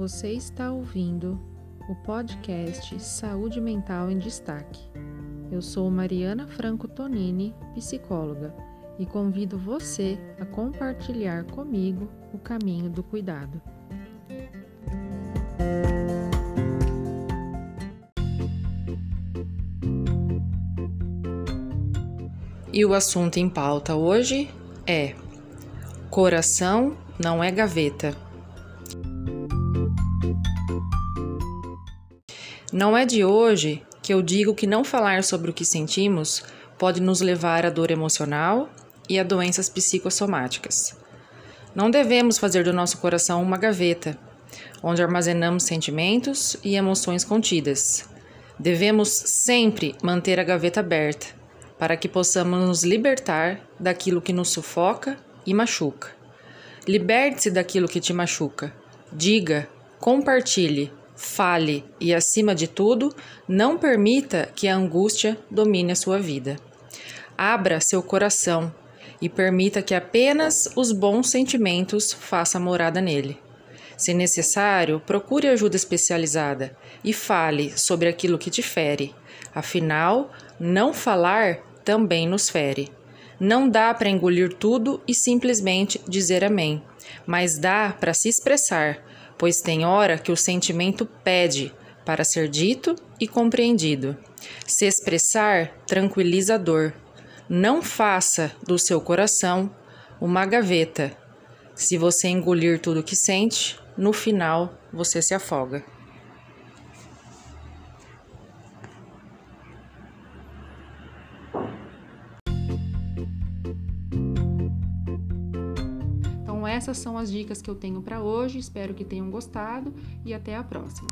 Você está ouvindo o podcast Saúde Mental em Destaque. Eu sou Mariana Franco Tonini, psicóloga, e convido você a compartilhar comigo o caminho do cuidado. E o assunto em pauta hoje é: coração não é gaveta. Não é de hoje que eu digo que não falar sobre o que sentimos pode nos levar à dor emocional e a doenças psicossomáticas. Não devemos fazer do nosso coração uma gaveta, onde armazenamos sentimentos e emoções contidas. Devemos sempre manter a gaveta aberta, para que possamos nos libertar daquilo que nos sufoca e machuca. Liberte-se daquilo que te machuca. Diga, compartilhe, fale e, acima de tudo, não permita que a angústia domine a sua vida. Abra seu coração e permita que apenas os bons sentimentos façam morada nele. Se necessário, procure ajuda especializada e fale sobre aquilo que te fere. Afinal, não falar também nos fere. Não dá para engolir tudo e simplesmente dizer amém, mas dá para se expressar, pois tem hora que o sentimento pede para ser dito e compreendido. Se expressar tranquiliza a dor. Não faça do seu coração uma gaveta. Se você engolir tudo que sente, no final você se afoga. Então essas são as dicas que eu tenho para hoje, espero que tenham gostado e até a próxima.